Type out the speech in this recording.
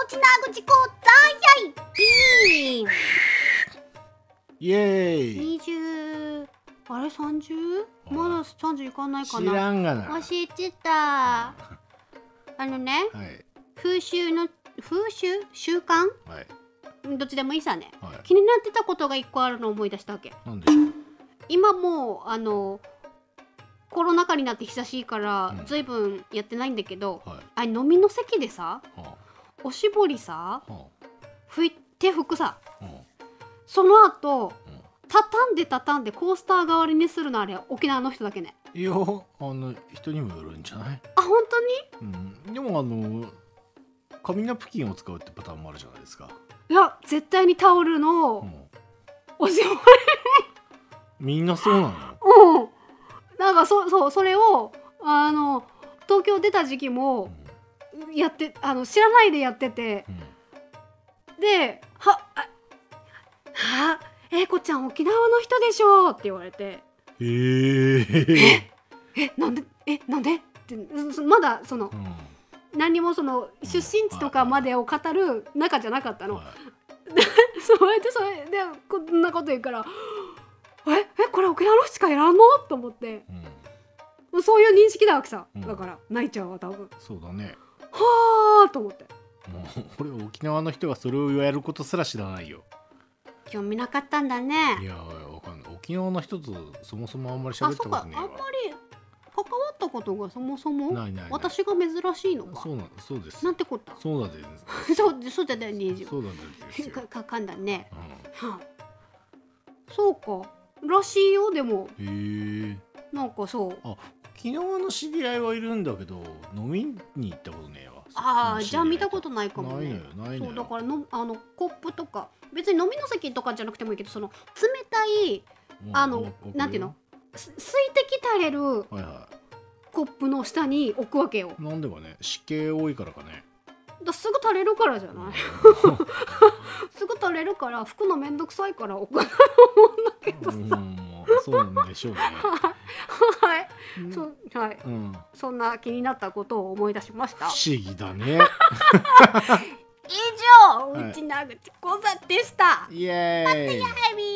ちなぐちこざやいビームイエーイ。 20あれ 30？ まだ30いかないかな。 知らんがな。 忘れてた。ね、 はい、 風習習慣、 はい、 どっちでもいいさね、 はい、 気になってたことが一個あるのを思い出したわけ。 なんでしょう。 今もうコロナ禍になって久しいからずいぶんやってないんだけど、 はい、 飲みの席でさ、 はおしぼりさ、 あ、は手拭くさ、 あ、はその後あ、は畳んでコースター代わりにするのあれ沖縄の人だけね。 いや、人にもよるんじゃない？ あ、本当に？でも紙ナプキンを使うってパターンもあるじゃないですか。 に？いや絶対にタオルのおしぼりみんなそうなの？ なんかそれを東京出た時期もやって知らないでやってて、でこちゃん沖縄の人でしょって言われて、なんでってまだ何にも出身地とかまでを語る仲じゃなかったの。それでこんなこと言うからこれ沖縄の人しかいらんのと思って、そういう認識だわけさ、だから泣いちゃうわ多分。 そうだね。 はーと思って、 もう俺沖縄の人がそれをやることすら知らないよ。 興味なかったんだね。 いやわかんない。沖縄の人とそもそもあんまり喋ったことねえわ。 あんまり関わったことがそもそもない私が珍しいのか。 そうです。 なんてこった。 そうだです。 そうだね。 そうなんですよ。 かんだね。そうからしいよ。でもなんかそう。 沖縄の知り合いはいるんだけど飲みに行ったことねえわ。 じゃあ見たことないかもね。 ないのよ。 そうだからコップとか別に飲みの席とかじゃなくてもいいけど、冷たいなんていうの、水滴垂れるコップの下に置くわけよ。 なんでかね、湿気多いからかね。 すぐ垂れるからじゃないすぐ垂れるから拭くのめんどくさいから置くんだけどさ。 そうなんでしょうね。 はい、そんな気になったことを思い出しました。 不思議だね。 以上、うちなぐちこざでした。 イエーイ。 またやみー。